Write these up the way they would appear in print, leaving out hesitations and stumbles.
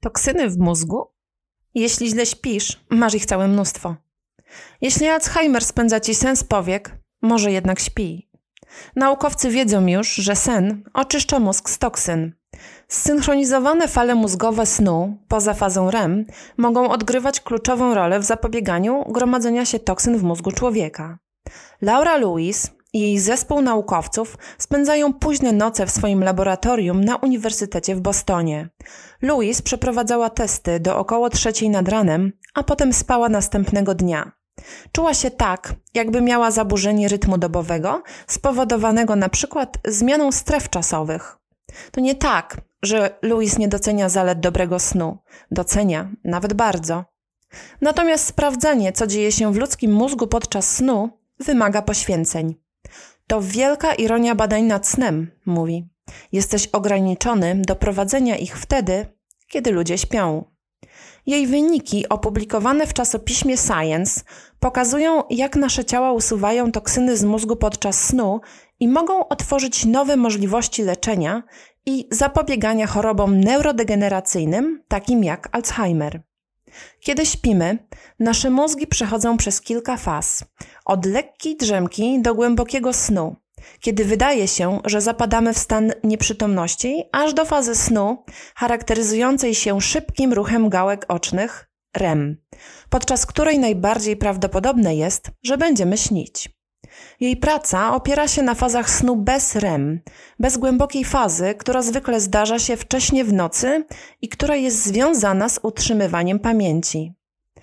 Toksyny w mózgu? Jeśli źle śpisz, masz ich całe mnóstwo. Jeśli Alzheimer spędza ci sen z powiek, może jednak śpi. Naukowcy wiedzą już, że sen oczyszcza mózg z toksyn. Zsynchronizowane fale mózgowe snu, poza fazą REM, mogą odgrywać kluczową rolę w zapobieganiu gromadzenia się toksyn w mózgu człowieka. Laura Lewis i jej zespół naukowców spędzają późne noce w swoim laboratorium na Uniwersytecie w Bostonie. Lewis przeprowadzała testy do około 3:00 nad ranem, a potem spała następnego dnia. Czuła się tak, jakby miała zaburzenie rytmu dobowego, spowodowanego na przykład zmianą stref czasowych. To nie tak, że Lewis nie docenia zalet dobrego snu. Docenia, nawet bardzo. Natomiast sprawdzanie, co dzieje się w ludzkim mózgu podczas snu, wymaga poświęceń. To wielka ironia badań nad snem, mówi. Jesteś ograniczony do prowadzenia ich wtedy, kiedy ludzie śpią. Jej wyniki, opublikowane w czasopiśmie Science, pokazują, jak nasze ciała usuwają toksyny z mózgu podczas snu i mogą otworzyć nowe możliwości leczenia i zapobiegania chorobom neurodegeneracyjnym, takim jak Alzheimer. Kiedy śpimy, nasze mózgi przechodzą przez kilka faz. Od lekkiej drzemki do głębokiego snu, kiedy wydaje się, że zapadamy w stan nieprzytomności, aż do fazy snu charakteryzującej się szybkim ruchem gałek ocznych REM, podczas której najbardziej prawdopodobne jest, że będziemy śnić. Jej praca opiera się na fazach snu bez REM, bez głębokiej fazy, która zwykle zdarza się wcześnie w nocy i która jest związana z utrzymywaniem pamięci.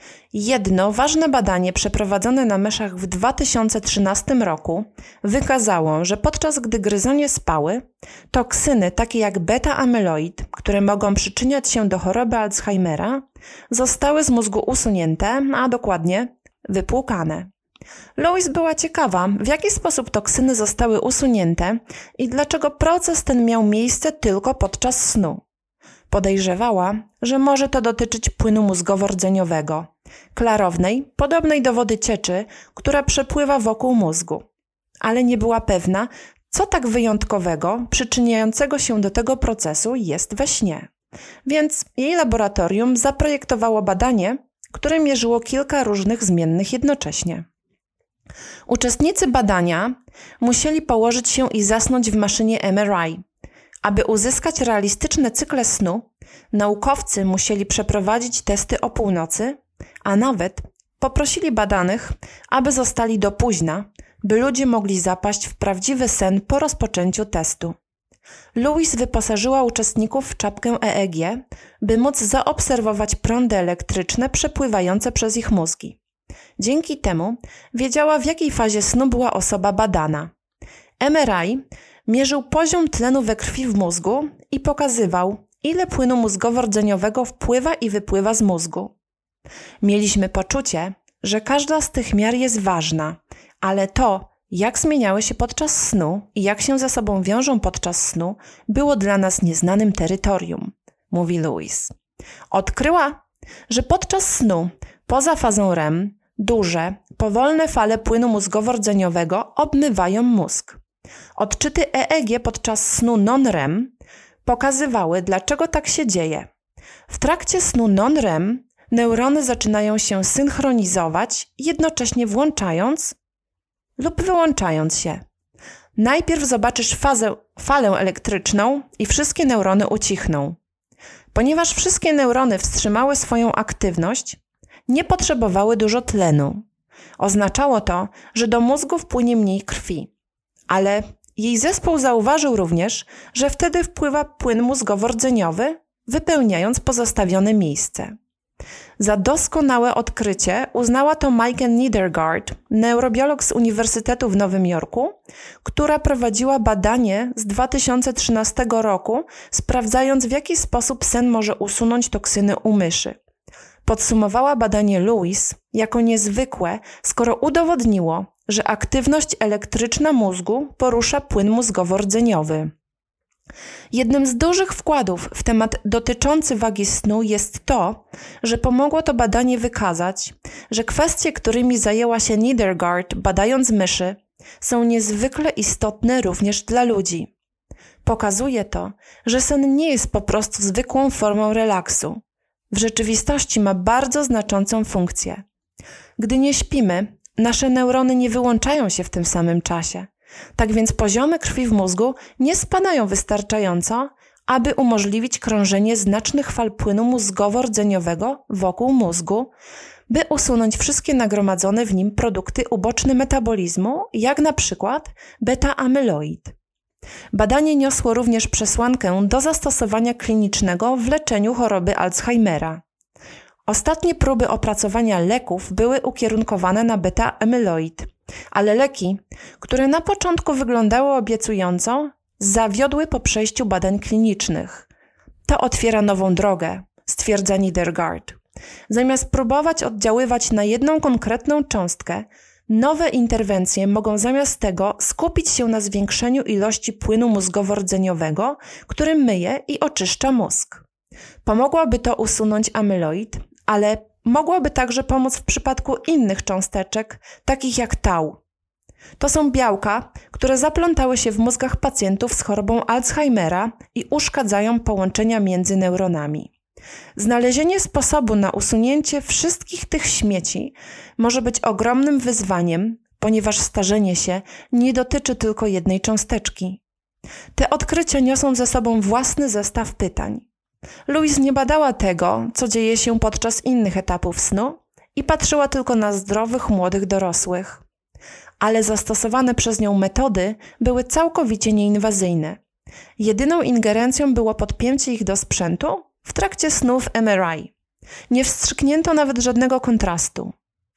Jedno ważne badanie przeprowadzone na myszach w 2013 roku wykazało, że podczas gdy gryzonie spały, toksyny takie jak beta-amyloid, które mogą przyczyniać się do choroby Alzheimera, zostały z mózgu usunięte, a dokładnie wypłukane. Lewis była ciekawa, w jaki sposób toksyny zostały usunięte i dlaczego proces ten miał miejsce tylko podczas snu. Podejrzewała, że może to dotyczyć płynu mózgowo-rdzeniowego, klarownej, podobnej do wody cieczy, która przepływa wokół mózgu. Ale nie była pewna, co tak wyjątkowego, przyczyniającego się do tego procesu jest we śnie. Więc jej laboratorium zaprojektowało badanie, które mierzyło kilka różnych zmiennych jednocześnie. Uczestnicy badania musieli położyć się i zasnąć w maszynie MRI. Aby uzyskać realistyczne cykle snu, naukowcy musieli przeprowadzić testy o północy, a nawet poprosili badanych, aby zostali do późna, by ludzie mogli zapaść w prawdziwy sen po rozpoczęciu testu. Lewis wyposażyła uczestników w czapkę EEG, by móc zaobserwować prądy elektryczne przepływające przez ich mózgi. Dzięki temu wiedziała, w jakiej fazie snu była osoba badana. MRI mierzył poziom tlenu we krwi w mózgu i pokazywał, ile płynu mózgowo-rdzeniowego wpływa i wypływa z mózgu. Mieliśmy poczucie, że każda z tych miar jest ważna, ale to, jak zmieniały się podczas snu i jak się ze sobą wiążą podczas snu, było dla nas nieznanym terytorium, mówi Lewis. Odkryła, że podczas snu, poza fazą REM, duże, powolne fale płynu mózgowo-rdzeniowego obmywają mózg. Odczyty EEG podczas snu non-REM pokazywały, dlaczego tak się dzieje. W trakcie snu non-REM neurony zaczynają się synchronizować, jednocześnie włączając lub wyłączając się. Najpierw zobaczysz falę elektryczną i wszystkie neurony ucichną. Ponieważ wszystkie neurony wstrzymały swoją aktywność, nie potrzebowały dużo tlenu. Oznaczało to, że do mózgu wpłynie mniej krwi. Ale jej zespół zauważył również, że wtedy wpływa płyn mózgowo-rdzeniowy, wypełniając pozostawione miejsce. Za doskonałe odkrycie uznała to Meike Nedergaard, neurobiolog z Uniwersytetu w Nowym Jorku, która prowadziła badanie z 2013 roku, sprawdzając, w jaki sposób sen może usunąć toksyny u myszy. Podsumowała badanie Lewis jako niezwykłe, skoro udowodniło, że aktywność elektryczna mózgu porusza płyn mózgowo-rdzeniowy. Jednym z dużych wkładów w temat dotyczący wagi snu jest to, że pomogło to badanie wykazać, że kwestie, którymi zajęła się Nedergaard badając myszy, są niezwykle istotne również dla ludzi. Pokazuje to, że sen nie jest po prostu zwykłą formą relaksu, w rzeczywistości ma bardzo znaczącą funkcję. Gdy nie śpimy, nasze neurony nie wyłączają się w tym samym czasie. Tak więc poziomy krwi w mózgu nie spadają wystarczająco, aby umożliwić krążenie znacznych fal płynu mózgowo-rdzeniowego wokół mózgu, by usunąć wszystkie nagromadzone w nim produkty uboczne metabolizmu, jak na przykład beta-amyloid. Badanie niosło również przesłankę do zastosowania klinicznego w leczeniu choroby Alzheimera. Ostatnie próby opracowania leków były ukierunkowane na beta-amyloid, ale leki, które na początku wyglądały obiecująco, zawiodły po przejściu badań klinicznych. To otwiera nową drogę, stwierdza Nedergaard. Zamiast próbować oddziaływać na jedną konkretną cząstkę, nowe interwencje mogą zamiast tego skupić się na zwiększeniu ilości płynu mózgowo-rdzeniowego, który myje i oczyszcza mózg. Pomogłoby to usunąć amyloid, ale mogłoby także pomóc w przypadku innych cząsteczek, takich jak tau. To są białka, które zaplątały się w mózgach pacjentów z chorobą Alzheimera i uszkadzają połączenia między neuronami. Znalezienie sposobu na usunięcie wszystkich tych śmieci może być ogromnym wyzwaniem, ponieważ starzenie się nie dotyczy tylko jednej cząsteczki. Te odkrycia niosą ze sobą własny zestaw pytań. Louise nie badała tego, co dzieje się podczas innych etapów snu i patrzyła tylko na zdrowych, młodych dorosłych. Ale zastosowane przez nią metody były całkowicie nieinwazyjne. Jedyną ingerencją było podpięcie ich do sprzętu w trakcie snów MRI. Nie wstrzyknięto nawet żadnego kontrastu.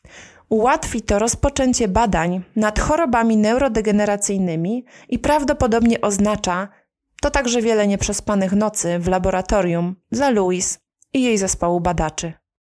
Ułatwi to rozpoczęcie badań nad chorobami neurodegeneracyjnymi i prawdopodobnie oznacza to także wiele nieprzespanych nocy w laboratorium dla Louise i jej zespołu badaczy.